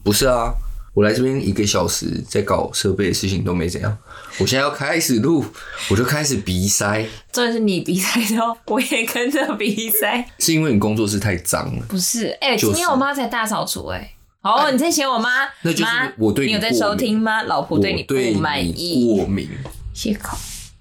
不是啊，我来这边1个小时在搞设备的事情都没怎样，我现在要开始录，我就开始鼻塞。 重点是你鼻塞之后，我也跟着鼻塞。 是因为你工作室太脏了？ 不是，今天我妈才大扫除哦，你在嫌我妈？ 那就是我对你有在收听吗？老婆对你不满意， 过敏。 谢口。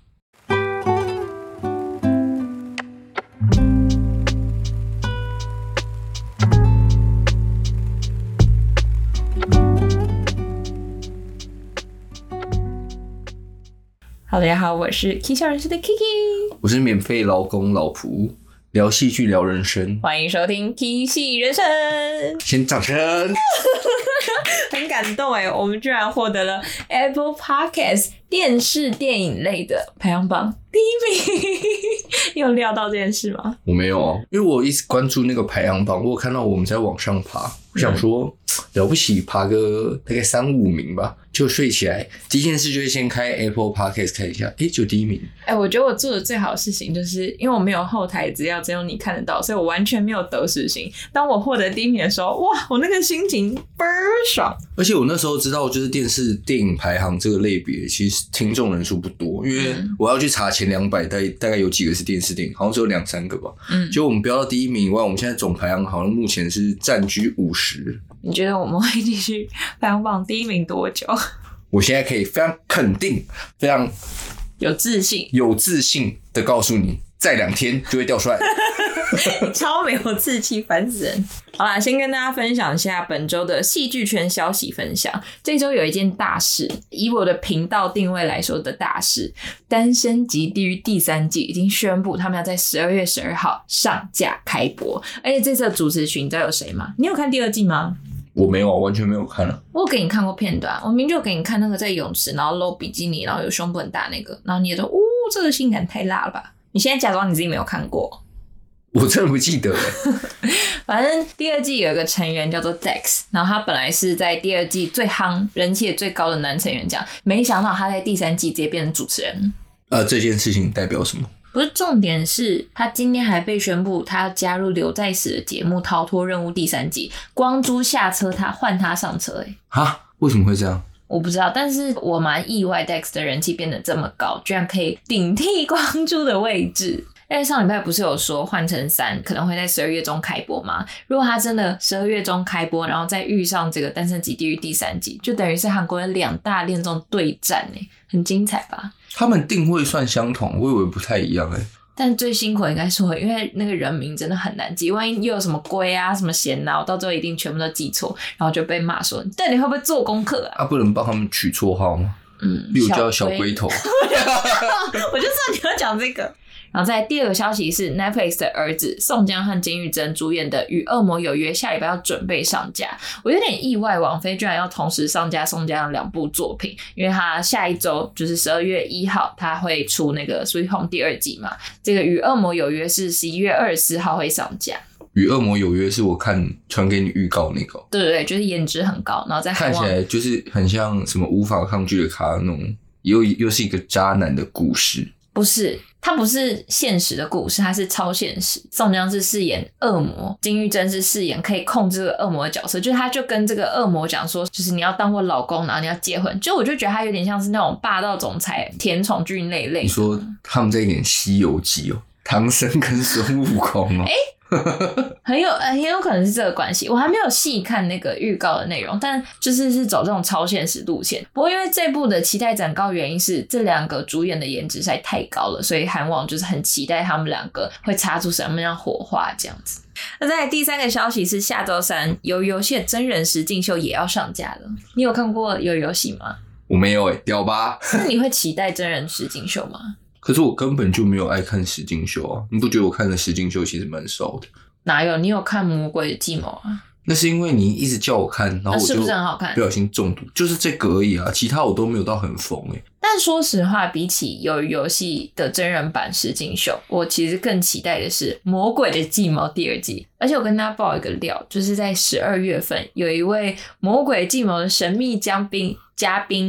大家好，我是 K 小人士的 Kiki， 我是免费劳工老仆，聊戏剧聊人生， 欢迎收听 K 戏人生。 先掌声。 很感动我们居然获得了 Apple Podcast 电视电影类的排行榜第1名。你有料到这件事吗？ 我没有啊，因为我一直关注那个排行榜，我有看到我们在往上爬，我想说了不起爬个大概3-5名吧，就睡起来第一件事就是先开 Apple Podcast 看一下，就第1名。 我觉得我做的最好的事情就是因为我没有后台资料，只有你看得到，所以我完全没有得失心。当我获得第1名的时候，哇，我那个心情倍儿爽。 而且我那时候知道就是电视电影排行这个类别其实听众人数不多，因为我要去查前200大概有几个是电视电影，好像只有2-3个吧。就我们标到第1名以外，我们现在总排行好像目前是占据50。你觉得我们会继续排行榜第1名多久？ 我现在可以非常肯定，非常有自信的告诉你，再2天就会掉出来。 超没有志气，烦死人。好啦，先跟大家分享一下本周的戏剧圈消息分享。这周有一件大事，以我的频道定位来说的大事，《单身即地狱》第3季已经宣布他们要在12月12号上架开播。而且这次的主持群你知道有谁吗？你有看第2季吗？ 我没有，完全没有看了。 我给你看过片段，我明明就给你看那个在泳池然后露比基尼然后有胸部很大那个，然后你也说这个性感太辣了吧。你现在假装你自己没有看过， 我真的不记得反正第2季有一个成员叫做 Dex， 然后他本来是在第2季最夯人气也最高的男成员奖，没想到他在第3季直接变成主持人。 这件事情代表什么？ 不是，重点是他今天还被宣布他要加入刘在石的节目《逃脱任务》第3季，光洙下车他换他上车为什么会这样？ 我不知道，但是我蛮意外 Dex 的人气变得这么高，居然可以顶替光洙的位置。因为上礼拜不是有说换成3可能会在12月中开播吗？如果他真的12月中开播，然后再遇上这个《单身即地狱》第3季，就等于是韩国的2大恋综对战很精彩吧？ 他们定位算相同，我以为不太一样但最辛苦的应该是我，因为那个人名真的很难记，万一又有什么龟啊什么贤啊，我到最后一定全部都记错，然后就被骂说但你会不会做功课啊？ 不能帮他们取绰号吗？例如叫小龟头。 我就知道你要讲这个。然后再第2个消息是 Netflix 的儿子宋江和金裕珍主演的《与恶魔有约》下礼拜要准备上架，我有点意外网飞居然要同时上架宋江的2部作品，因为他下一周就是12月1号他会出那个 Sweet Home 第2季嘛，这个《与恶魔有约》是11月24号会上架。 与恶魔有约是我看传给你预告那个， 对，就是颜值很高，然后在看起来就是很像什么无法抗拒的卡那种，又是一个渣男的故事。 不是，它不是现实的故事，它是超现实。宋江是饰演恶魔，金裕珍是饰演可以控制这个恶魔的角色，就是他就跟这个恶魔讲说，就是你要当我老公，然后你要结婚。就我就觉得他有点像是那种霸道总裁甜宠剧那一类。 你说他们在演《西游记》唐僧跟孙悟空很有可能是这个关系。我还没有细看那个预告的内容，但就是走这种超现实路线。不过因为这部的期待展高原因是这2个主演的颜值实在太高了，所以韩网就是很期待他们2个会擦出什么样火花这样子。那再来第3个消息是下周3有游戏的真人实境秀也要上架了。你有看过有游戏吗？ 我没有屌吧？ 那你会期待真人实境秀吗？ 可是我根本就没有爱看实境秀啊！你不觉得我看的实境秀其实蛮少的？ 哪有？你有看《魔鬼的计谋》啊？ 那是因为你一直叫我看，然后我是不是很好看？ 不小心中毒，就是这个而已啊！其他我都没有到很疯但说实话，比起游戏的真人版实境秀，我其实更期待的是《魔鬼的计谋》第2季。而且我跟大家爆一个料，就是在12月份有一位《魔鬼的计谋》的神秘嘉宾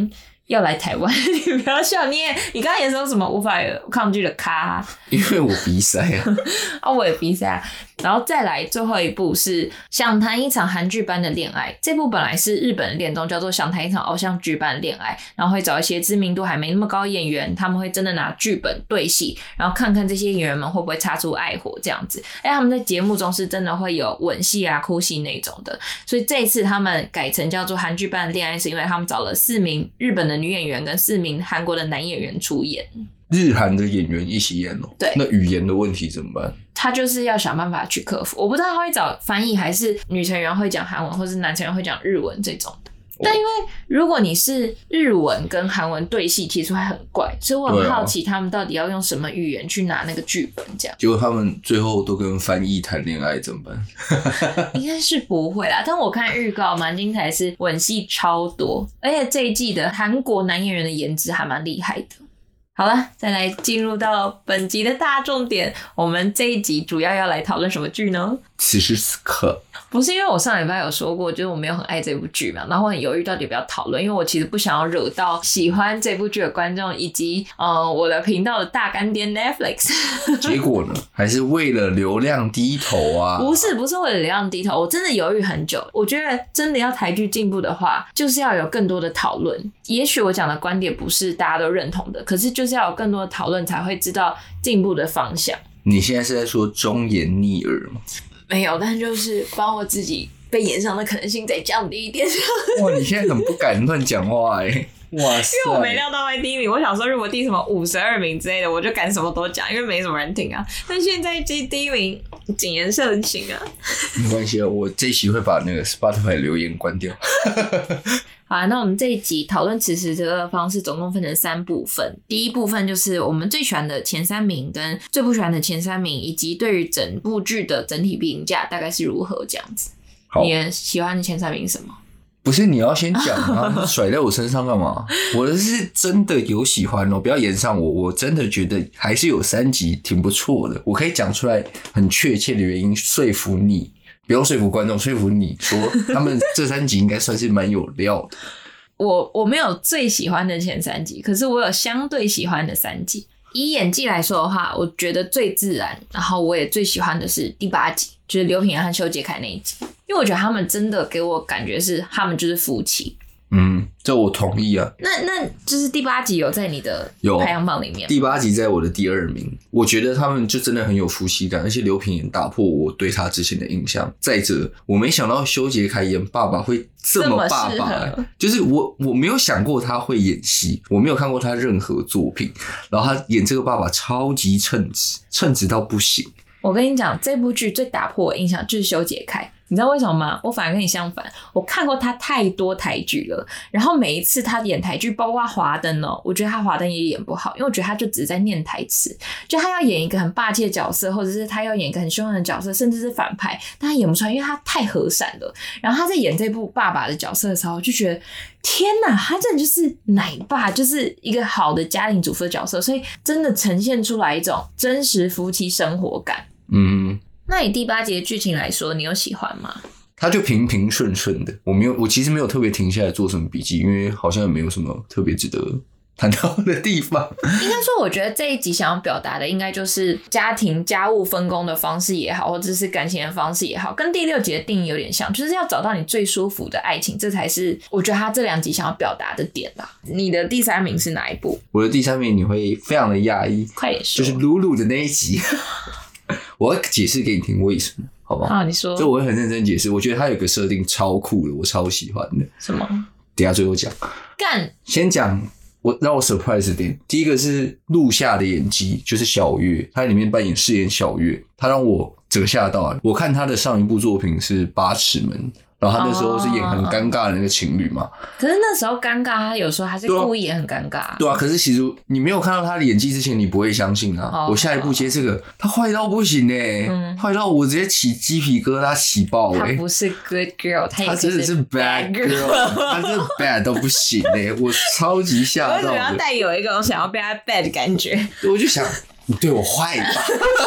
要来台湾，你不要笑，你刚刚也说什么无法抗拒的咖， 因为我鼻塞啊， 啊，我也鼻塞啊。然后再来最后一部是想谈一场韩剧般的恋爱，这部本来是日本的联动，叫做想谈一场偶像剧般的恋爱，然后会找一些知名度还没那么高的演员，他们会真的拿剧本对戏，然后看看这些演员们会不会擦出爱火这样子。他们在节目中是真的会有吻戏啊、哭戏那种的，所以这一次他们改成叫做韩剧般的恋爱，是因为他们找了4名日本的女演员跟4名韩国的男演员出演。 日韩的演员一起演哦。 对， 那语言的问题怎么办？ 他就是要想办法去克服，我不知道他会找翻译还是女成员会讲韩文，或是男成员会讲日文这种的。但因为如果你是日文跟韩文对戏，其实会很怪，所以我很好奇他们到底要用什么语言去拿那个剧本这样。 结果他们最后都跟翻译谈恋爱怎么办？ 应该是不会啦，但我看预告蛮精彩，是吻戏超多，而且这一季的韩国男演员的颜值还蛮厉害的。好了，再来进入到本集的大重点，我们这一集主要要来讨论什么剧呢？ 此时此刻不是因为我上礼拜有说过，就是我没有很爱这部剧嘛，然后我很犹豫到底要不要讨论，因为我其实不想要惹到喜欢这部剧的观众以及我的频道的大干爹 Netflix。 结果呢，还是为了流量低头啊？ 不是为了流量低头，我真的犹豫很久。我觉得真的要台剧进步的话，就是要有更多的讨论。也许我讲的观点不是大家都认同的，可是就是要有更多的讨论，才会知道进步的方向。 你现在是在说忠言逆耳吗？ 没有，但就是帮我自己被演上的可能性再降低一点。 哇，你现在很不敢乱讲话欸。哇塞！ 因为我没料到会第一名，我想说如果第什么52名之类的，我就敢什么都讲，因为没什么人听啊。但现在第一名谨言慎行啊。 没关系啊，我这一期会把那个 Spotify 留言关掉。 好啊，那我们这一集讨论此时这个方式总共分成3部分。第一部分就是我们最喜欢的前3名跟最不喜欢的前3名，以及对于整部剧的整体评价大概是如何这样子。你喜欢的前3名是什么？ 不是你要先讲啊，甩在我身上干嘛？我是真的有喜欢哦，不要延上我。我真的觉得还是有3集挺不错的，我可以讲出来很确切的原因，说服你，不用说服观众，说服你说他们这3集应该算是蛮有料的。 我没有最喜欢的前3集，可是我有相对喜欢的3集。以演技来说的话，我觉得最自然，然后我也最喜欢的是第8集，就是刘品言和修杰楷那一集，因为我觉得他们真的给我感觉是他们就是夫妻。 这我同意啊。 那就是第8集有在你的排行榜里面吗？ 第8集在我的第2名。我觉得他们就真的很有夫妻感，而且刘品言打破我对他之前的印象。再者，我没想到修杰楷演爸爸会这么爸爸就是我没有想过他会演戏，我没有看过他任何作品，然后他演这个爸爸超级称职到不行。 我跟你讲，这部剧最打破我印象就是修杰楷。你知道为什么吗？我反而跟你相反，我看过他太多台剧了，然后每一次他演台剧，包括华灯哦，我觉得他华灯也演不好，因为我觉得他就只是在念台词，就他要演一个很霸气的角色，或者是他要演一个很凶狠的角色，甚至是反派，但他演不出来，因为他太和善了。然后他在演这部爸爸的角色的时候，就觉得天哪，他真的就是奶爸，就是一个好的家庭主妇的角色，所以真的呈现出来一种真实夫妻生活感。那以第8集的剧情来说，你有喜欢吗？ 他就平平顺顺的，我其实没有特别停下来做什么笔记，因为好像也没有什么特别值得谈到的地方。 应该说，我觉得这一集想要表达的，应该就是家庭家务分工的方式也好，或者是感情的方式也好，跟第6集的定义有点像，就是要找到你最舒服的爱情，这才是我觉得他这2集想要表达的点啦。你的第3名是哪一部？ 我的第3名你会非常的讶异， 快点说， 就是露露的那一集。我要解释给你听为什么，好不好？ 啊，你说。 就我会很认真解释，我觉得他有个设定超酷的，我超喜欢的。 什么？ 等一下最后讲。 干。 先讲让我 surprise 的点，第一个是陆夏的演技，就是小月，他在里面饰演小月，他让我整个吓到了。我看他的上一部作品是《八尺门》。然后他那时候是演很尴尬的那个情侣嘛， 可是那时候尴尬，他有时候还是故意也很尴尬。 对啊，可是其实你没有看到他的演技之前，你不会相信啊。我下一步接这个，他坏到不行坏到我直接起鸡皮疙瘩起爆他不是 good girl， 他真的是 bad girl， 他真的 bad 到不行我超级吓到的。为什么要带有一种想要被他 bad 的感觉？ 我就想，你对我坏吧。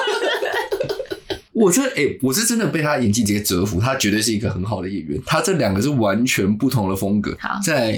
我是真的被他的演技直接折服，他绝对是一个很好的演员。他这2个是完全不同的风格。在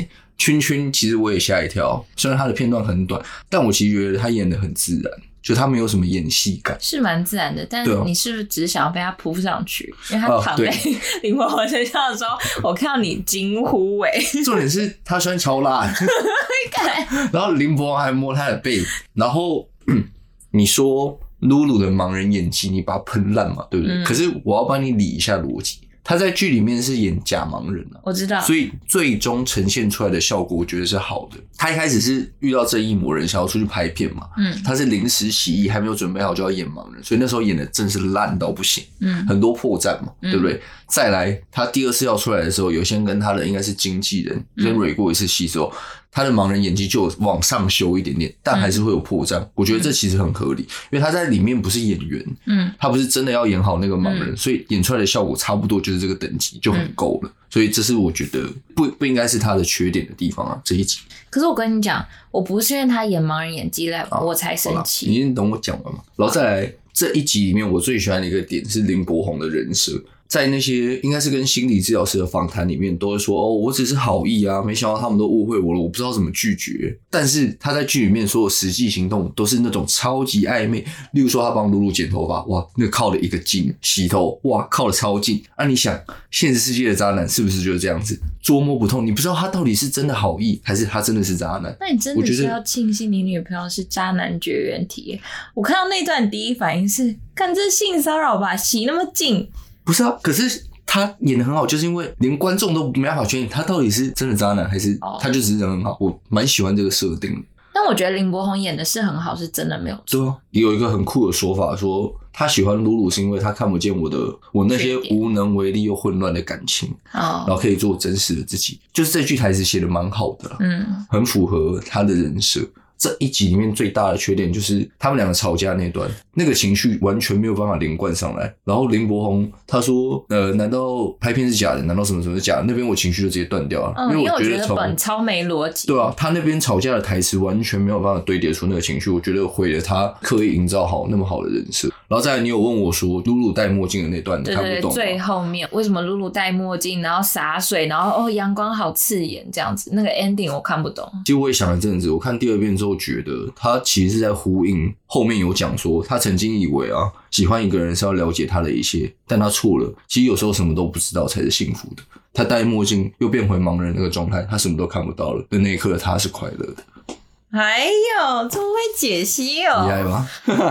圈圈其实我也吓一跳，虽然他的片段很短，但我其实觉得他演得很自然，就他没有什么演戏感， 是蛮自然的。但你是不是只是想要被他扑上去？因为他躺在林柏宏身上的时候，我看到你惊呼重点是他穿超辣然后林柏宏还摸他的背，然后你说露露的盲人演技你把他喷烂嘛，对不对？可是我要帮你理一下逻辑，他在剧里面是演假盲人啊， 我知道， 所以最终呈现出来的效果我觉得是好的。他一开始是遇到正义魔人想要出去拍片嘛，他是临时起意还没有准备好就要演盲人，所以那时候演的真是烂到不行，很多破绽嘛，对不对？再来他第二次要出来的时候，有先跟他的应该是经纪人先蕊过一次戏之后，他的盲人演技就往上修一点点，但还是会有破绽。我觉得这其实很合理，因为他在里面不是演员，他不是真的要演好那个盲人，所以演出来的效果差不多就是这个等级就很够了。所以这是我觉得不应该是他的缺点的地方啊，这一集。 可是我跟你讲，我不是因为他演盲人演技烂我才生气。 你等我讲完嘛。然后再来这一集里面，我最喜欢的一个点是林柏宏的人设。在那些应该是跟心理治疗师的访谈里面都会说我只是好意啊，没想到他们都误会我了，我不知道怎么拒绝。但是他在剧里面所有实际行动都是那种超级暧昧，例如说他帮露露剪头发，哇，那靠了一个近，洗头，哇，靠了超近啊！你想现实世界的渣男是不是就是这样子捉摸不透？你不知道他到底是真的好意还是他真的是渣男。 那你真的是要庆幸你女朋友是渣男绝缘体。我看到那段第一反应是干这性骚扰吧，洗那么近。 不是啊，可是他演得很好，就是因为连观众都没办法确定他到底是真的渣男还是他就只是人很好。我蛮喜欢这个设定的。 但我觉得林柏宏演的是很好，是真的没有错。 对啊，有一个很酷的说法说他喜欢露露是因为他看不见我那些无能为力又混乱的感情，然后可以做真实的自己。就是这句台词写得蛮好的啦，很符合他的人设。这一集里面最大的缺点就是他们两个吵架那段，那个情绪完全没有办法连贯上来。然后林柏宏他说难道拍片是假的？难道什么什么是假的？那边我情绪就直接断掉了，因为我觉得本超没逻辑。 对啊，他那边吵架的台词完全没有办法堆叠出那个情绪，我觉得毁了他刻意营造好那么好的人设。然后再来你有问我说露露戴墨镜的那段你看不懂吗？ 最后面为什么露露戴墨镜然后洒水然后阳光好刺眼这样子，那个 ending 我看不懂。 其实我也想了阵子，我看第二遍之后觉得他其实是在呼应后面有讲说他曾经以为喜欢一个人是要了解他的一切，但他错了，其实有时候什么都不知道才是幸福的。他戴墨镜又变回盲人那个状态，他什么都看不到了，那一刻他是快乐的。 哎呦，这么会解析哦， 厉害吗？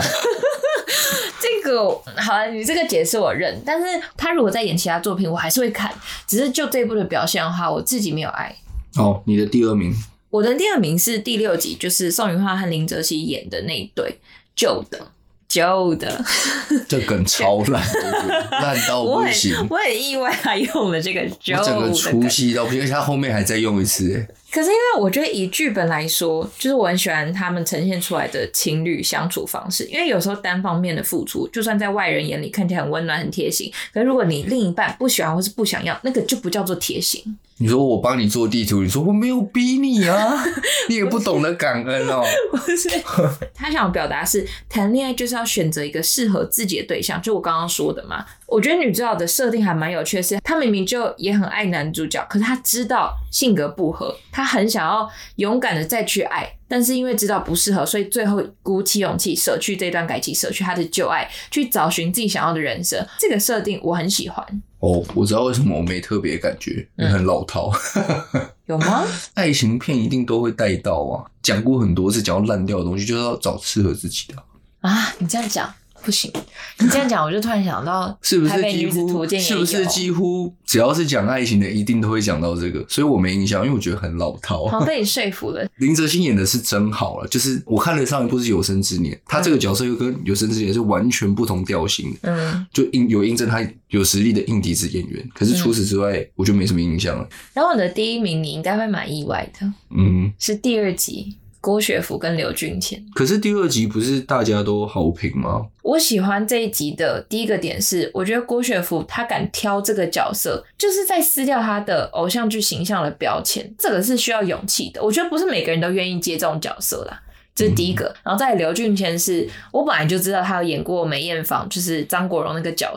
这个好了，你这个解释我认，但是他如果在演其他作品我还是会看，只是就这一部的表现的话我自己没有爱。 你的第二名？ 我的第二名是第6集，就是宋芸樺和林哲熹演的那一对旧的这梗超烂烂到不行。 我很意外他用了这个旧的， 我整个出戏到不行，而且他后面还再用一次可是因为我觉得以剧本来说，就是我很喜欢他们呈现出来的情侣相处方式，因为有时候单方面的付出就算在外人眼里看起来很温暖很贴心，可是如果你另一半不喜欢或是不想要，那个就不叫做贴心。 你说我帮你做地图，你说我没有逼你啊你也不懂得感恩哦。 不是，他想表达是谈恋爱就是要选择一个适合自己的对象，就我刚刚说的嘛。我觉得女主角的设定还蛮有趣的是，她明明就也很爱男主角，可是她知道性格不合，她很想要勇敢的再去爱，但是因为知道不适合，所以最后鼓起勇气舍去这段感情，舍去她的旧爱，去找寻自己想要的人生。这个设定我很喜欢。 我知道为什么我没特别感觉，因为很老套。 有吗？ 爱情片一定都会带到啊，讲过很多次，讲到烂掉的东西就是要找适合自己的啊。 你这样讲不行，你这样讲我就突然想到是不是台北女子图鉴也有， 是不是几乎只要是讲爱情的一定都会讲到这个，所以我没印象，因为我觉得很老套。 好，被你说服了。 林哲熹演的是真好了，就是我看了上一部是有生之年，他这个角色又跟有生之年是完全不同调性的，就有印证他有实力的硬底子演员，可是除此之外我就没什么印象了。 然后我的第一名你应该会蛮意外的，是第2集郭学福跟刘俊谦。 可是第2集不是大家都好评吗？ 我喜欢这一集的第一个点是，我觉得郭学福他敢挑这个角色，就是在撕掉他的偶像剧形象的标签，这个是需要勇气的。我觉得不是每个人都愿意接这种角色啦，这是第一个。然后再来刘俊谦是我本来就知道他有演过梅艳芳，就是张国荣那个角色，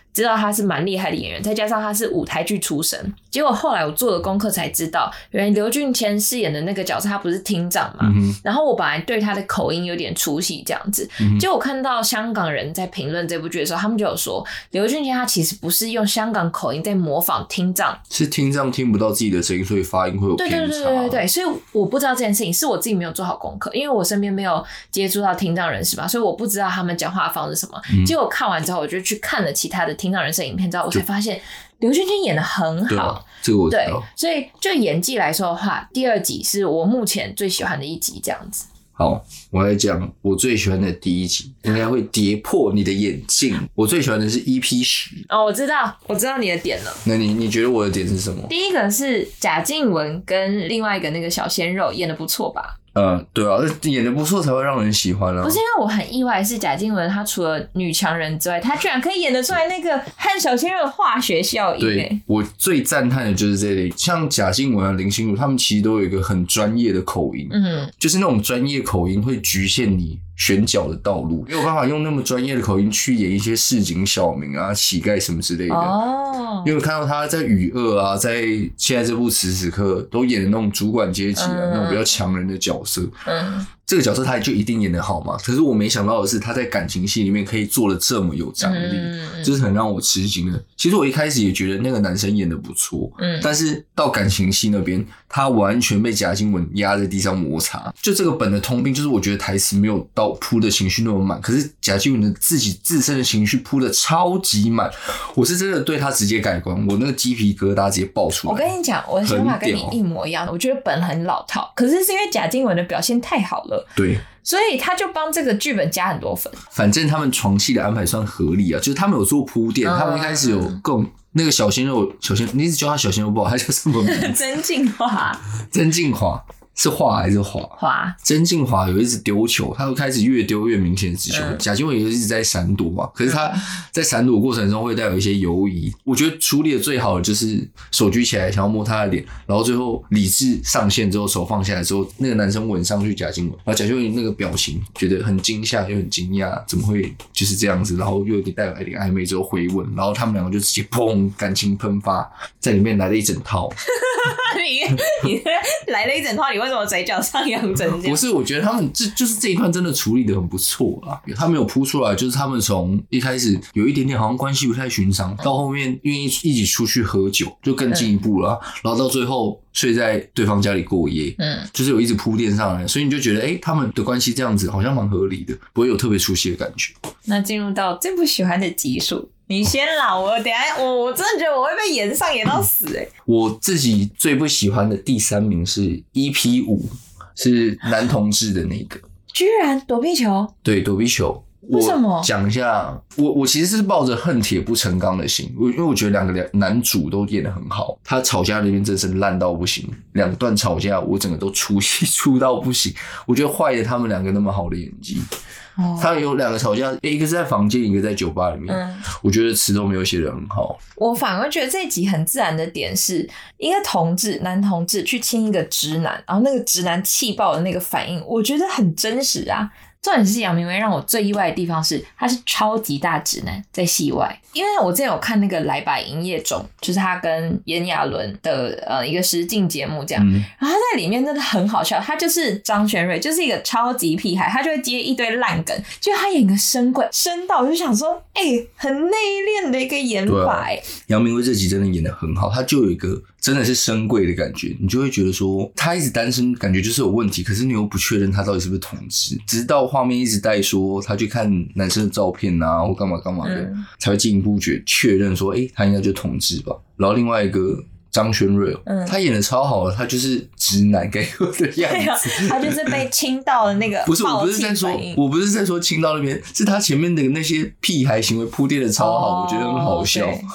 知道他是蛮厉害的演员，再加上他是舞台剧出身。结果后来我做了功课才知道，原来刘俊谦饰演的那个角色他不是厅长嘛，然后我本来对他的口音有点出戏这样子，结果我看到香港人在评论这部剧的时候，他们就有说刘俊谦他其实不是用香港口音在模仿厅长， 是厅长听不到自己的声音，所以发音会有偏差。 对，所以我不知道这件事情，是我自己没有做好功课，因为我身边没有接触到厅长人士嘛，所以我不知道他们讲话的方式是什么。结果看完之后，我就去看了其他的厅长人士影片之后，我才发现刘俊谦演得很好， 这个我知道。 对，所以就演技来说的话，第2集是我目前最喜欢的一集，这样子。 好，我来讲我最喜欢的第1集，应该会跌破你的眼镜。我最喜欢的是 EP10。 哦，我知道你的点了。 那你觉得我的点是什么？ 第一个是贾静雯跟另外一个那个小鲜肉演得不错吧？ 对啊，演得不错才会让人喜欢啊。 不是因为我很意外，是贾静雯她除了女强人之外，她居然可以演得出来那个和小鲜肉的化学效应。 对，我最赞叹的就是这类，像贾静雯啊、林心如，他们其实都有一个很专业的口音，就是那种专业口音会局限你选角的道路，没有办法用那么专业的口音去演一些市井小民啊、乞丐什么之类的。因为我看到他在雨二啊，在现在这部此时此刻都演的那种主管阶级啊，那种比较强人的角色。这个角色他就一定演得好嘛？可是我没想到的是，他在感情戏里面可以做得这么有张力，这是很让我吃惊的。其实我一开始也觉得那个男生演得不错，但是到感情戏那边，他完全被贾静雯压在地上摩擦。就这个本的通病，就是我觉得台词没有到铺的情绪那么满，可是贾静雯的自己自身的情绪铺的超级满，我是真的对他直接改观，我那个鸡皮疙瘩直接爆出来。 我跟你讲，我的想法跟你一模一样，我觉得本很老套，可是是因为贾静雯的表现太好了。 对， 所以他就帮这个剧本加很多分。 反正他们床戏的安排算合理啊，就是他们有做铺垫，他们一开始有共那个小鲜肉，你一直叫他小鲜肉不好，他叫什么名字？ 曾静华。 曾静华。是华还是华？ 华。 曾静华有一直丢球，他会开始越丢越明显的直球。贾静雯也一直在闪躲嘛，可是他在闪躲过程中会带有一些犹疑。我觉得处理的最好的就是手举起来想要摸他的脸，然后最后理智上线之后手放下来之后，那个男生吻上去贾静雯，然后贾静雯那个表情觉得很惊吓又很惊讶，怎么会就是这样子？然后又有点带有一点暧昧之后回吻，然后他们两个就直接砰感情喷发，在里面来了一整套。 你来了一整套，你为什么嘴角上扬成这样？ 不是，我觉得他们就是这一段真的处理的很不错啦。他们有铺出来，就是他们从一开始有一点点好像关系不太寻常，到后面愿意一起出去喝酒，就更进一步了。然后到最后睡在对方家里过夜，就是有一直铺垫上来，所以你就觉得他们的关系这样子好像蛮合理的，不会有特别出戏的感觉。 那进入到最不喜欢的集数。你先啦，我等一下我真的觉得我会被演上演到死我自己最不喜欢的第3名是 EP5， 是男同志的那个。 居然躲避球？对， 躲避球。 为什么？ 我讲一下，我其实是抱着恨铁不成钢的心，因为我觉得两个男主都演得很好，他吵架那边真是烂到不行，2段吵架我整个都出戏出到不行，我觉得坏了他们两个那么好的演技。他们有2个吵架，一个是在房间，一个在酒吧里面。我觉得词都没有写得很好。 我反而觉得这一集很自然的点是，一个男同志去亲一个直男，然后那个直男气爆的那个反应，我觉得很真实啊。重点是杨明威让我最意外的地方是，他是超级大直男在戏外。因为我之前有看那个来吧营业中，就是他跟炎亚纶的一个实境节目这样，然后他在里面真的很好笑，他就是张轩睿，就是一个超级屁孩，他就会接一堆烂梗，就他演个深柜深到我就想说很内敛的一个演法杨明威这集真的演得很好，他就有一个真的是深柜的感觉，你就会觉得说他一直单身感觉就是有问题，可是你又不确认他到底是不是同志，直到画面一直带说他去看男生的照片啊或干嘛干嘛的，才会进一步确认说他应该就是同志吧。然后另外一个张轩睿他演得超好的，他就是直男该有的样子他就是被亲到了那个不是我不是在说亲到那边，是他前面的那些屁孩行为铺垫的超好，我觉得很好笑。 但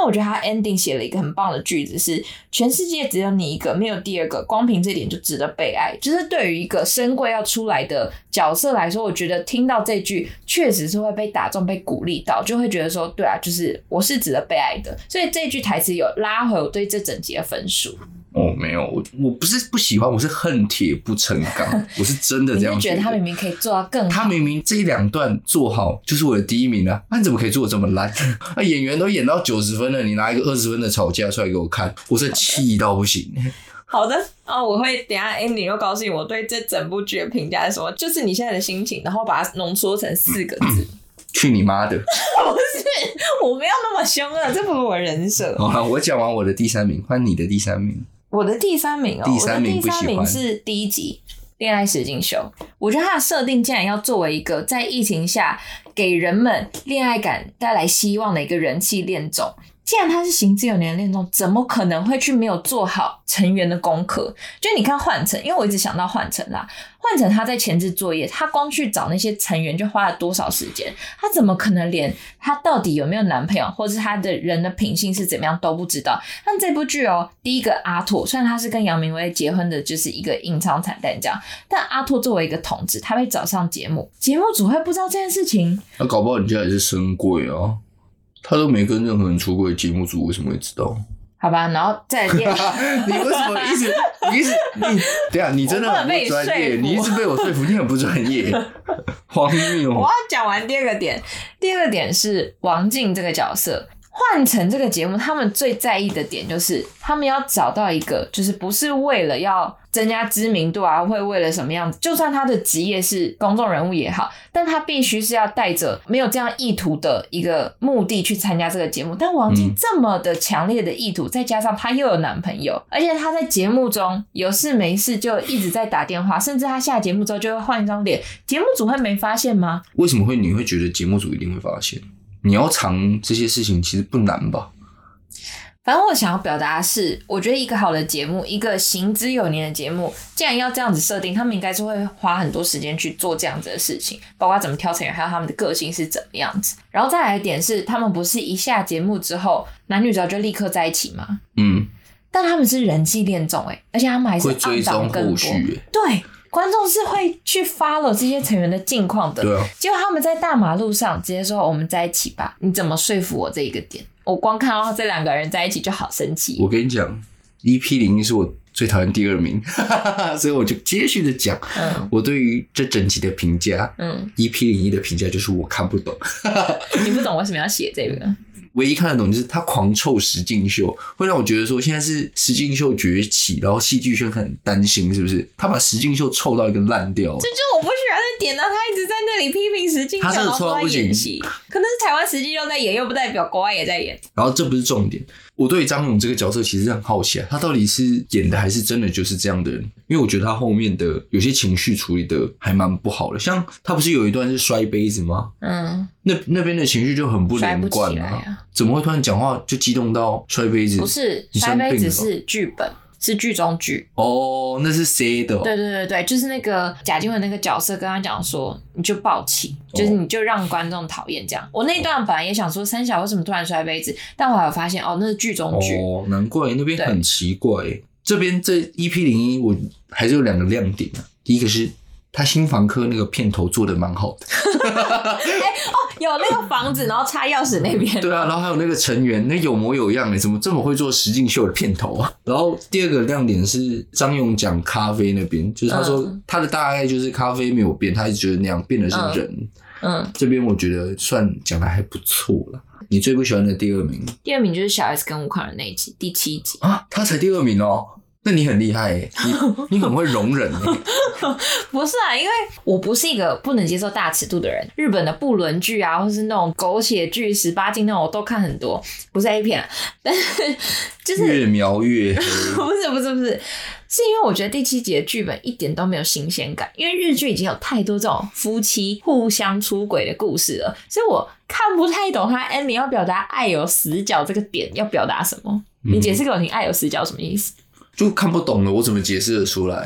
但我觉得他 ending 写了一个很棒的句子是，全世界只有你一个，没有第二个，光凭这点就值得被爱。就是对于一个深柜要出来的角色来说，我觉得听到这句确实是会被打中，被鼓励到，就会觉得说对啊，就是我是值得被爱的。所以这句台词有拉回我对这整集的分数。 没有，我不是不喜欢，我是恨铁不成钢，我是真的这样你是觉得他明明可以做到更好， 他明明这2段做好就是我的第一名啊，你怎么可以做得这么烂？演员都演到90分了，你拿一个20分的吵架出来给我看，我是气到不行。 好的我会等一下 ending 又告诉你我对这整部剧的评价是什么，就是你现在的心情，然后把它浓缩成4个字。 去你妈的！ 不是，我没有那么凶恶，这不是我人设。 好了，我讲完我的第3名，换你的第3名。 我的第3名第3名我的第3名是第1集《恋爱实境秀》。我觉得它的设定竟然要作为一个在疫情下给人们恋爱感带来希望的一个人气恋综。既然他是行之有年的恋综，怎么可能会去没有做好成员的功课？就你看焕成，因为我一直想到焕成啦，焕成他在前置作业，他光去找那些成员就花了多少时间？他怎么可能连他到底有没有男朋友，或是他的人的品性是怎么样都不知道？但这部剧第一个阿拓，虽然他是跟杨明威结婚的，就是一个隐藏彩蛋这样，但阿拓作为一个同志，他被找上节目，节目组会不知道这件事情？ 那搞不好人家也是深柜啊。他都没跟任何人出柜，节目组为什么会知道？ 好吧，然后再来你为什么你等一下，你真的很不专业，你一直被我说服，你很不专业，荒谬。 我要讲完第二个点，第二个点是王静这个角色。换成这个节目，他们最在意的点就是他们要找到一个，就是不是为了要增加知名度啊，会为了什么样子，就算他的职业是公众人物也好，但他必须是要带着没有这样意图的一个目的去参加这个节目。但王静这么的强烈的意图，再加上她又有男朋友，而且她在节目中有事没事就一直在打电话，甚至她下节目之后就会换一张脸，节目组会没发现吗？ 为什么你会觉得节目组一定会发现？你要藏这些事情其实不难吧？ 反正我想要表达的是，我觉得一个好的节目，一个行之有年的节目，既然要这样子设定，他们应该是会花很多时间去做这样子的事情，包括怎么挑成员，还有他们的个性是怎么样子。然后再来的点是，他们不是一下节目之后，男女主角就立刻在一起吗？但他们是人气恋综而且他们还是会追踪后续对。观众是会去 follow 这些成员的近况的， 对啊。 结果他们在大马路上直接说我们在一起吧，你怎么说服我这一个点？我光看到这2个人在一起就好生气。 我跟你讲 ，EP01 是我最讨厌第2名，所以我就接续的讲，我对于这整集的评价，EP01 的评价就是我看不懂。 你不懂为什么要写这个？ 唯一看得懂就是他狂臭实境秀，会让我觉得说现在是实境秀崛起，然后戏剧圈很担心，是不是？他把实境秀臭到一个烂掉， 这就是我不喜欢的点啊！他一直在那里批评实境秀， 他真的臭到不行。 可能是台湾实境秀在演，又不代表国外也在演。 然后这不是重点，我对张勇这个角色其实很好奇他到底是演的还是真的就是这样的人？因为我觉得他后面的有些情绪处理的还蛮不好的，像他不是有一段是摔杯子吗？那边的情绪就很不连贯怎么会突然讲话就激动到摔杯子？ 不是摔杯子是剧本，是剧中剧那是 C 的对，就是那个贾静雯那个角色跟他讲说，你就爆气，就是你就让观众讨厌这样。我那段本来也想说三小为什么突然摔杯子，但我还有发现那是剧中剧难怪那边很奇怪这边这 EP01 我还是有2个亮点第一个是他新房客那个片头做的蛮好的有那个房子然后插钥匙那边对啊，然后还有那个成员那有模有样怎么这么会做实境秀的片头啊？然后第2个亮点是张勇讲咖啡那边，就是他说他的大概就是咖啡没有变，他一直觉得那样，变的是人这边我觉得算讲的还不错啦。你最不喜欢的第2名？ 第2名就是小 S 跟吴康仁那一集第7集他才第2名那你很厉害你很会容忍不是因为我不是一个不能接受大尺度的人，日本的不伦剧啊，或是那种狗血剧18禁那种我都看很多，不是 A 片但是就是越描越黑不是是因为我觉得第7集的剧本一点都没有新鲜感，因为日剧已经有太多这种夫妻互相出轨的故事了，所以我看不太懂他 ending 要表达爱有死角这个点要表达什么。你解释给我听，爱有死角什么意思？ 就看不懂了，我怎么解释得出来？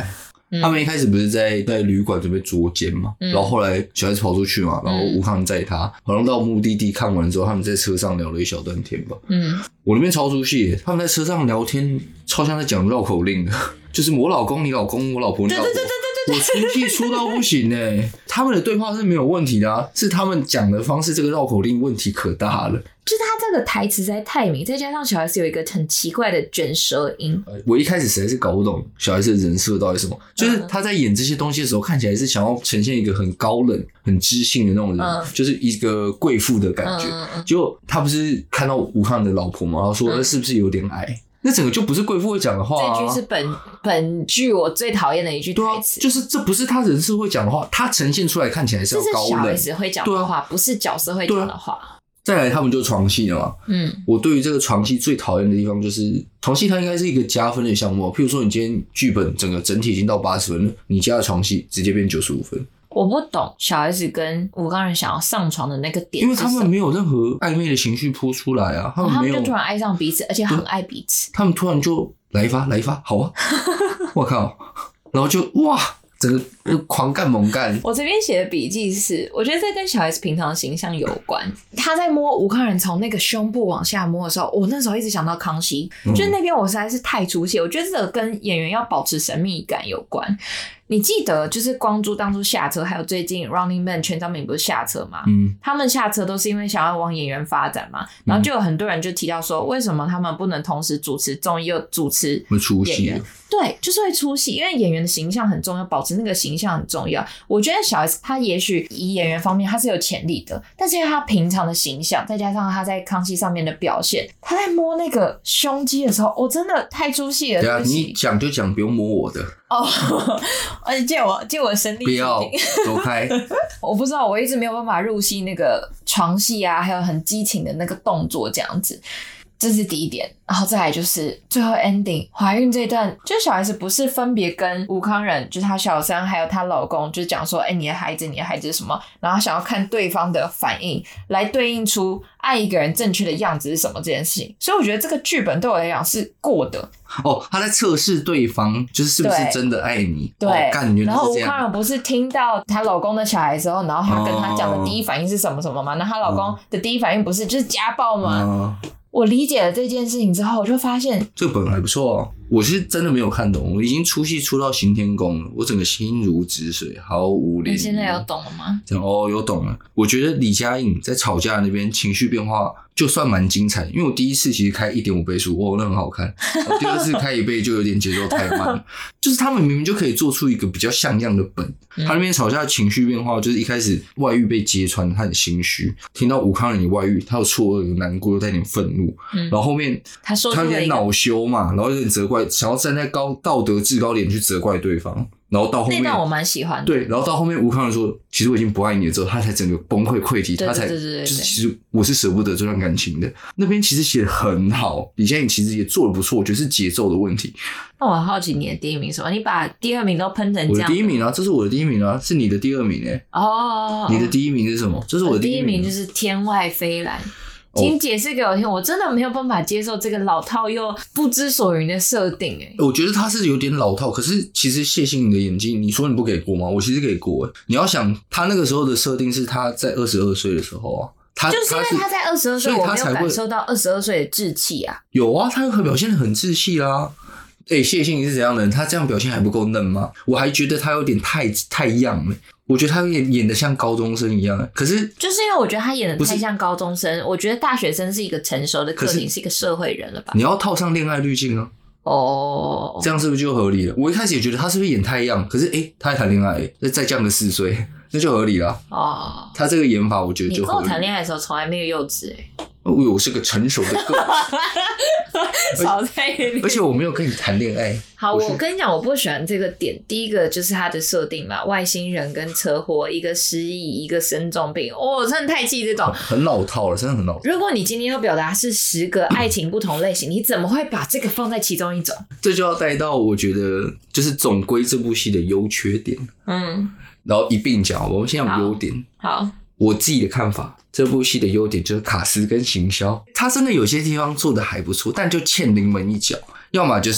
他们一开始不是在旅馆准备捉奸嘛，然后后来小 S 跑出去嘛，然后吴康载他，好像到目的地看完之后，他们在车上聊了一小段天吧。我那边超出戏耶，他们在车上聊天，超像在讲绕口令的，就是我老公你老公，我老婆你老婆。我出气出到不行欸，他们的对话是没有问题的啊，是他们讲的方式这个绕口令问题可大了。 就是他这个台词实在太明，再加上小 S 有一个很奇怪的卷舌音。 我一开始实在是搞不懂小 S 的人设到底是什么，就是他在演这些东西的时候，看起来是想要呈现一个很高冷、很知性的那种人，就是一个贵妇的感觉。结果他不是看到吴康的老婆嘛，然后说是不是有点矮？那整个就不是贵妇会讲的话啊！ 这句是本剧我最讨厌的一句台词。 就是这不是他人设会讲的话，他呈现出来看起来是要高冷。 这是小 S 会讲的话，不是角色会讲的话。 再来，他们就床戏了嘛。我对于这个床戏最讨厌的地方就是，床戏它应该是一个加分的项目。譬如说，你今天剧本整体已经到80分了，你加的床戏直接变95分。 我不懂小 S 跟吴康仁想要上床的那个点， 因为他们没有任何暧昧的情绪泼出来啊，他们就突然爱上彼此，而且很爱彼此。 他们突然就来一发，好啊！我靠，然后就哇，整个狂干猛干。 我这边写的笔记是，我觉得这跟小 S 平常的形象有关。他在摸吴康仁从那个胸部往下摸的时候，我那时候一直想到康熙，就是那边我实在是太出戏。我觉得这个跟演员要保持神秘感有关。你记得就是光洙当初下车，还有最近 Running Man 全章敏不是下车吗？他们下车都是因为想要往演员发展嘛，然后就有很多人就提到说，为什么他们不能同时主持综艺又主持演员？对，就是会出戏，因为演员的形象很重要，保持那个形象很重要。我觉得小 S 他也许以演员方面他是有潜力的，但是因为他平常的形象，再加上他在康熙上面的表现，他在摸那个胸肌的时候，我真的太出戏了。 对啊，你讲就讲，不用摸我的。 而且借我身体， 不要走开。 我不知道，我一直没有办法入戏那个床戏啊，还有很激情的那个动作这样子。这是第一点，然后再来就是最后 ending 怀孕这一段，就小 S 不是分别跟吴康仁，就是她小三还有她老公，就讲说，你的孩子是什么？然后想要看对方的反应，来对应出爱一个人正确的样子是什么这件事情。所以我觉得这个剧本对我来讲是过的。 他在测试对方，就是是不是真的爱你。 对， 然后吴康仁不是听到她老公的小孩之后，然后她跟他讲的第一反应是什么什么吗？那她老公的第一反应不是就是家暴吗？我理解了这件事情之后，我就发现这个本还不错啊。我是真的没有看懂，我已经出戏出到行天宫了，我整个心如止水，毫无涟漪。 你现在有懂了吗？ 有懂了。我觉得李佳颖在吵架那边情绪变化就算蛮精彩，因为我第一次其实开 1.5 倍速，那很好看。第二次开1倍就有点节奏太慢，就是他们明明就可以做出一个比较像样的本。他那边吵架的情绪变化，就是一开始外遇被揭穿，他很心虚，听到吴康仁你外遇，他有错愕、有难过，又带点愤怒，然后后面他有点恼羞嘛，然后有点责怪，想要站在道德制高点去责怪对方。然后到后面那段我蛮喜欢的。 对，然后到后面吴康仁说其实我已经不爱你了之后，他才整个崩溃溃体，他才就是其实我是舍不得这段感情的。那边其实写得很好，李佳颖其实也做得不错，我觉得是节奏的问题。 那我很好奇你的第一名是什么？你把第二名都喷成这样。 我的第一名啊，这是我的第一名啊，是你的第二名你的第一名是什么？这是我的第一名就是天外飞来。请解释给我听，我真的没有办法接受这个老套又不知所云的设定。 我觉得他是有点老套，可是其实谢欣颖的演技，你说你不给过吗？我其实给过。你要想他那个时候的设定是他在22岁的时候啊， 就是因为他在22岁，我没有感受到22岁的稚气啊。 有啊，他表现得很稚气啦。谢欣颖是怎样的人？他这样表现还不够嫩吗？我还觉得他有点太样了。我觉得他演得像高中生一样，可是就是因为我觉得他演得太像高中生，我觉得大学生是一个成熟的个体，是一个社会人了吧？ 你要套上恋爱滤镜啊，这样是不是就合理了？我一开始也觉得他是不是演太样，可是他还谈恋爱，再降个4岁，那就合理了。他这个演法我觉得就合理。 你跟我谈恋爱的时候从来没有幼稚我是个成熟的个体。 少在而且我没有跟你谈恋爱。 好，我跟你讲，我不喜欢这个点。第一个就是他的设定嘛，外星人跟车祸，一个失忆，一个生重病，真的太气这种， 很老套了，真的很老套。 如果你今天要表达是10个爱情不同类型，你怎么会把这个放在其中一种？ 这就要带到我觉得就是总归这部戏的优缺点，然后一并讲好不好？我们先讲优点。 好， 我自己的看法，这部戏的优点就是卡斯跟行销，它真的有些地方做的还不错，但就欠临门一脚。要么就是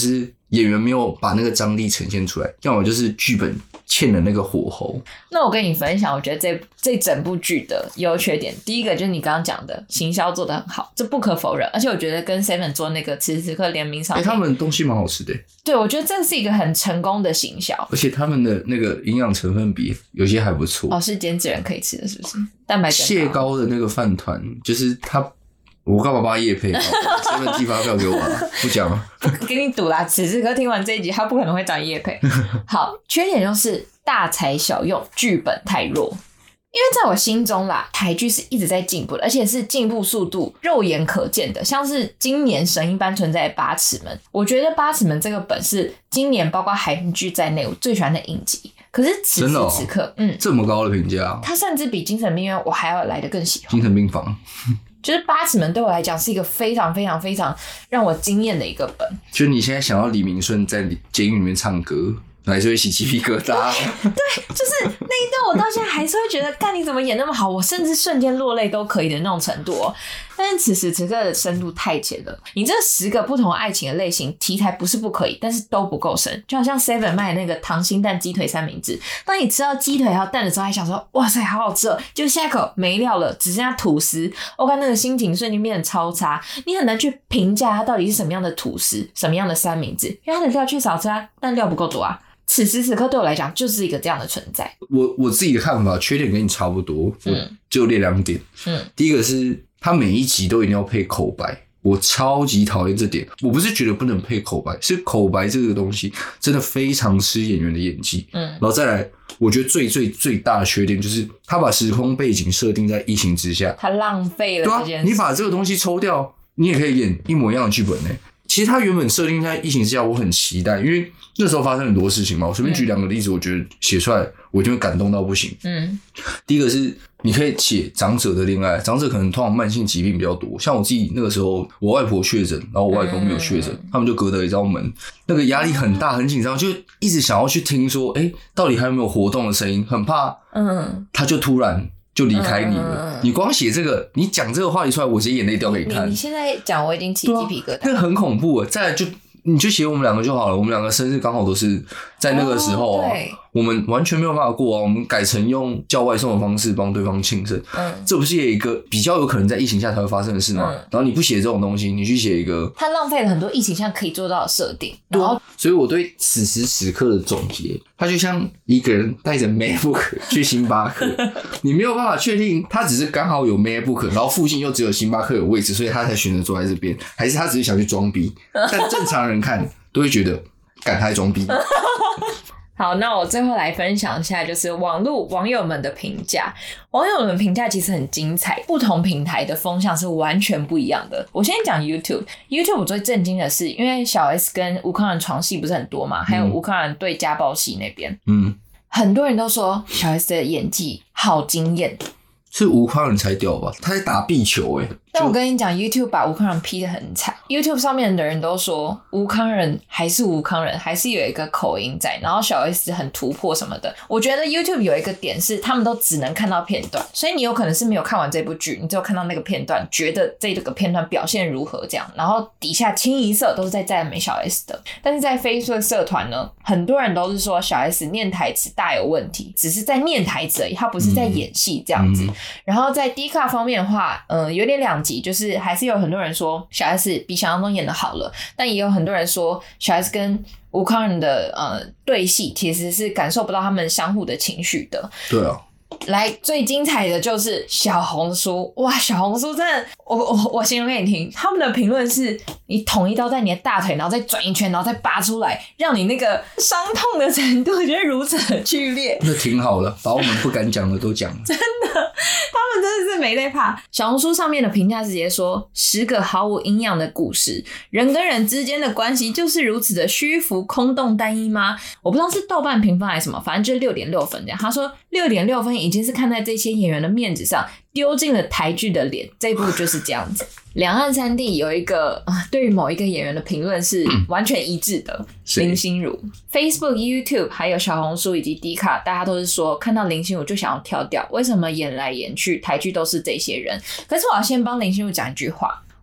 演员没有把那个张力呈现出来，要么就是剧本欠了那个火候。 那我跟你分享，我觉得这整部剧的优缺点，第一个就是你刚刚讲的行销做得很好，这不可否认。而且我觉得跟 Seven 做那个此时此刻联名商品， 他们东西蛮好吃的。 对，我觉得这是一个很成功的行销， 而且他们的那个营养成分比有些还不错。 哦，是减脂人可以吃的，是不是？蛋白质蟹膏的那个饭团，就是他。我干嘛帮他业配？7寄发票给我啊！不讲了， 给你赌啦！此时此刻听完这一集，他不可能会找你业配。好，缺点就是大材小用，剧本太弱。因为在我心中啦，台剧是一直在进步的，而且是进步速度肉眼可见的。像是今年神一般存在的八尺门，我觉得八尺门这个本是今年包括韩剧在内我最喜欢的影集。可是此时此刻， 这么高的评价， 他甚至比精神病院我还要来得更喜欢。 精神病房。 就是八尺门对我来讲是一个非常非常非常让我惊艳的一个本。 就你现在想要李明顺在监狱里面唱歌，还是会起鸡皮疙瘩。 对，就是那一段我到现在还是会觉得，干你怎么演那么好，我甚至瞬间落泪都可以的那种程度哦。但是此时此刻的深度太浅了，你这10个不同爱情的类型题材不是不可以，但是都不够深。就好像 Seven 卖的那个溏心蛋鸡腿三明治，当你吃到鸡腿还有蛋的时候，还想说哇塞好好吃哦，就下一口没料了，只剩下吐司，我看那个心情瞬间变得超差，你很难去评价它到底是什么样的吐司，什么样的三明治，因为它的料确实好吃啊，但料不够多啊。此时此刻对我来讲就是一个这样的存在。 我自己的看法，缺点跟你差不多，我就列2点。第一个是他每一集都一定要配口白，我超级讨厌这点。我不是觉得不能配口白，是口白这个东西真的非常吃演员的演技。然后再来，我觉得最大的缺点就是他把时空背景设定在疫情之下， 他浪费了这件事。 对啊，你把这个东西抽掉，你也可以演一模一样的剧本呢。其实他原本设定在疫情之下，我很期待，因为那时候发生很多事情嘛。我随便举2个例子，我觉得写出来我就会感动到不行。第一个是你可以写长者的恋爱，长者可能通常慢性疾病比较多，像我自己那个时候，我外婆确诊，然后我外公没有确诊，他们就隔得一道门，那个压力很大，很紧张，就一直想要去听说，到底还有没有活动的声音，很怕，他就突然就离开你了。你光写这个，你讲这个话题出来，我直接眼泪掉给你看。 你现在讲，我已经起鸡皮疙瘩。 那个很恐怖。再来你就写我们2个就好了，我们2个生日刚好都是在那个时候啊。我们完全没有办法过啊，我们改成用叫外送的方式帮对方庆生。这不是也一个比较有可能在疫情下才会发生的事吗？然后你不写这种东西，你去写一个， 他浪费了很多疫情下可以做到的设定。 对啊，所以我对此时此刻的总结，他就像一个人带着 MacBook 去星巴克，你没有办法确定他只是刚好有 MacBook， 然后附近又只有星巴克有位置，所以他才选择坐在这边，还是他只是想去装逼？但正常人看都会觉得，干他在装逼。 好，那我最后来分享一下，就是网友们的评价。网友们评价其实很精彩，不同平台的风向是完全不一样的。我先讲 YouTube 我最震惊的是，因为小 S 跟吴慷仁床戏不是很多嘛，还有吴慷仁对家暴戏那边，很多人都说小 S 的演技好惊艳。 是吴慷仁才屌吧？他在打壁球但我跟你讲 ，YouTube 把吴慷仁批得很惨。YouTube 上面的人都说吴慷仁还是吴慷仁，还是有一个口音在，然后小 S 很突破什么的。我觉得 YouTube 有一个点是，他们都只能看到片段，所以你有可能是没有看完这部剧，你只有看到那个片段，觉得这个片段表现如何这样，然后底下清一色都是在赞美小 S 的。但是在 Facebook 社团呢，很多人都是说小 S 念台词大有问题，只是在念台词而已，他不是在演戏这样子。然后在 Dcard 方面的话，有点2极，就是还是有很多人说小 S 比想象中演的好了，但也有很多人说小 S 跟吴慷仁的对戏其实是感受不到他们相互的情绪的。 对啊。 来，最精彩的就是小红书，哇，小红书真的，我形容给你听，他们的评论是你捅一刀在你的大腿，然后再转一圈，然后再拔出来，让你那个伤痛的程度觉得如此的剧烈。 那挺好的，把我们不敢讲的都讲了。 真的，他们真的是没在怕。小红书上面的评价是直接说，10个毫无营养的故事，人跟人之间的关系就是如此的虚浮、空洞、单一吗？我不知道是豆瓣评分还是什么，反正就是 6.6 分这样。他说 6.6 分已经是看在这些演员的面子上丢进了台剧的脸，这一部就是这样子。两岸3地有一个对于某一个演员的评论是完全一致的，林心如。Facebook、YouTube 还有小红书以及 Dcard， 大家都是说看到林心如就想要跳掉，为什么演来演去台剧都是这些人？可是我要先帮林心如讲一句话，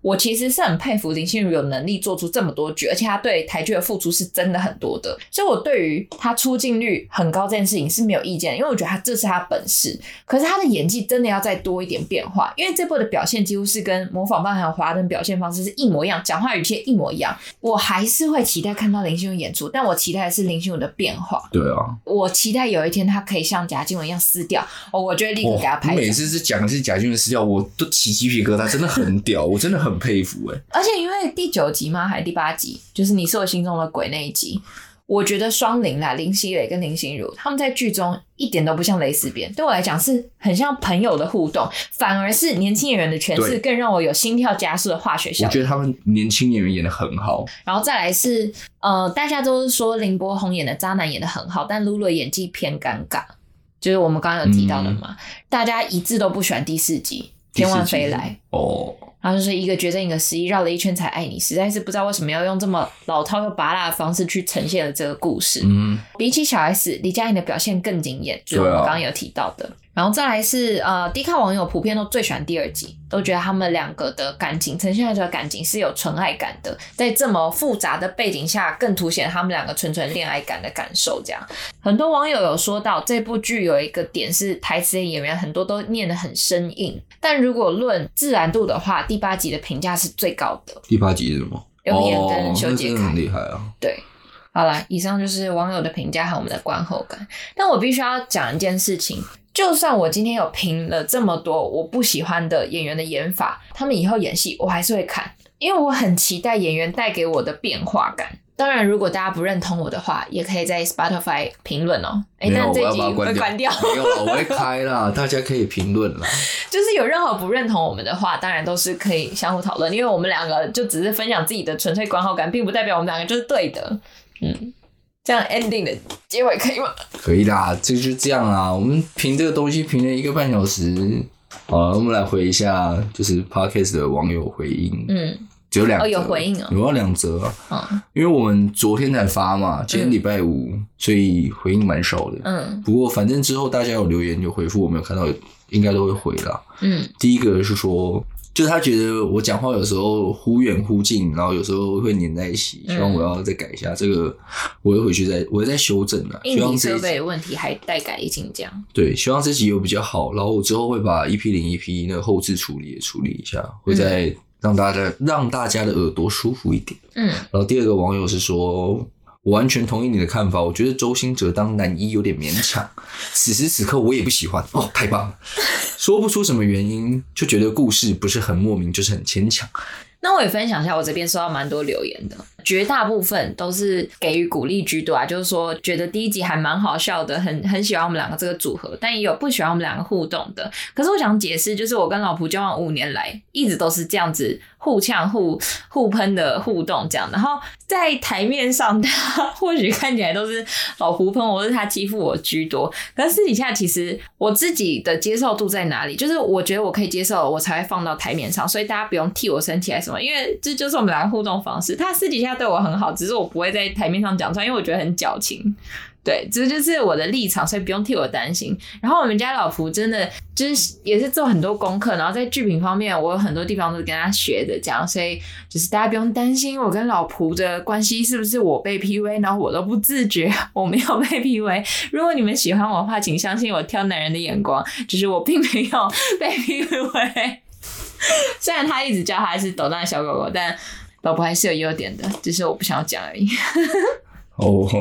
我其实是很佩服林心如有能力做出这么多剧，而且她对台剧的付出是真的很多的，所以我对于她出镜率很高这件事情是没有意见的，因为我觉得这是她本事。可是她的演技真的要再多一点变化，因为这部的表现几乎是跟模仿犯还有华灯表现方式是一模一样，讲话语气也一模一样。我还是会期待看到林心如演出，但我期待的是林心如的变化。 对啊， 我期待有一天她可以像贾静雯一样撕掉，我就会立刻给她拍。 你每次是讲的是贾静雯撕掉，我都起鸡皮疙瘩，真的很屌，我真的很佩服而且因为第9集吗？还是第8集？就是你是我心中的鬼那一集。我觉得双林啦，林熙蕾跟林心如他们在剧中一点都不像蕾丝边，对我来讲是很像朋友的互动，反而是年轻演员的诠释更让我有心跳加速的化学效应。 我觉得他们年轻演员演得很好。 然后再来是大家都是说林柏宏演的渣男演得很好，但露露演技偏尴尬，就是我们刚刚有提到的嘛，大家一致都不喜欢第4集天外飞来然后就是一个决战一个失忆，绕了一圈才爱你，实在是不知道为什么要用这么老套又拔辣的方式去呈现了这个故事。比起小 S， 李佳颖的表现更惊艳，就是我们刚刚有提到的。然后再来是Dcard 网友普遍都最喜欢第2集，都觉得他们两个的感情呈现出来的感情是有纯爱感的，在这么复杂的背景下更凸显他们两个纯纯恋爱感的感受。这样很多网友有说到这部剧有一个点是台词的演员很多都念得很生硬，但如果论自然度的话，第8集的评价是最高的。 第8集是什么？ 刘品言跟修杰楷， 那真的很厉害啊。 对，好啦，以上就是网友的评价和我们的观后感。但我必须要讲一件事情，就算我今天有评了这么多我不喜欢的演员的演法，他们以后演戏我还是会看，因为我很期待演员带给我的变化感。当然如果大家不认同我的话，也可以在 Spotify 评论哦。但这集会关掉。 没有啦，我会开啦，大家可以评论啦。 就是有任何不认同我们的话，当然都是可以相互讨论，因为我们两个就只是分享自己的纯粹观后感，并不代表我们两个就是对的。这样 ending 的结尾可以吗？可以啦， 这就是这样啦。我们评这个东西评了1个半小时，好了，我们来回一下就是 Podcast 的网友回应。只有2则， 有回应哦， 有2则因为我们昨天才发嘛，今天礼拜5，所以回应蛮少的。不过反正之后大家有留言有回复，我没有看到，应该都会回啦。第一个是说，就是他觉得我讲话有时候忽远忽近，然后有时候会黏在一起，希望我要再改一下。这个我会回去我会再修正的。 硬体设备的问题还待改进这样。 对，希望这集有比较好，然后我之后会把 EP0EP 那个后置处理也处理一下，会再让大家的耳朵舒服一点。然后第2个网友是说，我完全同意你的看法，我觉得周兴哲当男一有点勉强，此时此刻我也不喜欢。太棒了，说不出什么原因，就觉得故事不是很莫名，就是很牵强。 那我也分享一下，我这边收到蛮多留言的，绝大部分都是给予鼓励居多啊，就是说觉得第1集还蛮好笑的，很喜欢我们两个这个组合，但也有不喜欢我们两个互动的。可是我想解释，就是我跟老婆交往5年来，一直都是这样子互呛互喷的互动这样，然后在台面上他或许看起来都是老婆喷我，或是他欺负我居多，可是私底下其实我自己的接受度在哪里，就是我觉得我可以接受，我才会放到台面上，所以大家不用替我生气还是什么，因为这就是我们两个互动方式。他私底下对我很好，只是我不会在台面上讲出来，因为我觉得很矫情。对，这就是我的立场，所以不用替我担心。然后我们家老婆真的就是也是做很多功课，然后在剧评方面我有很多地方都是跟她学的这样，所以就是大家不用担心我跟老婆的关系是不是我被 PUA， 然后我都不自觉我没有被 PUA。如果你们喜欢我的话，请相信我挑男人的眼光，就是我并没有被 PUA。虽然他一直叫他是抖蛋的小狗狗，但老婆还是有优点的，只是我不想要讲而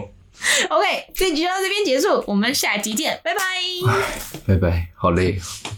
已。OK， 这集就到这边结束，我们下集见，拜拜。 拜拜，好累。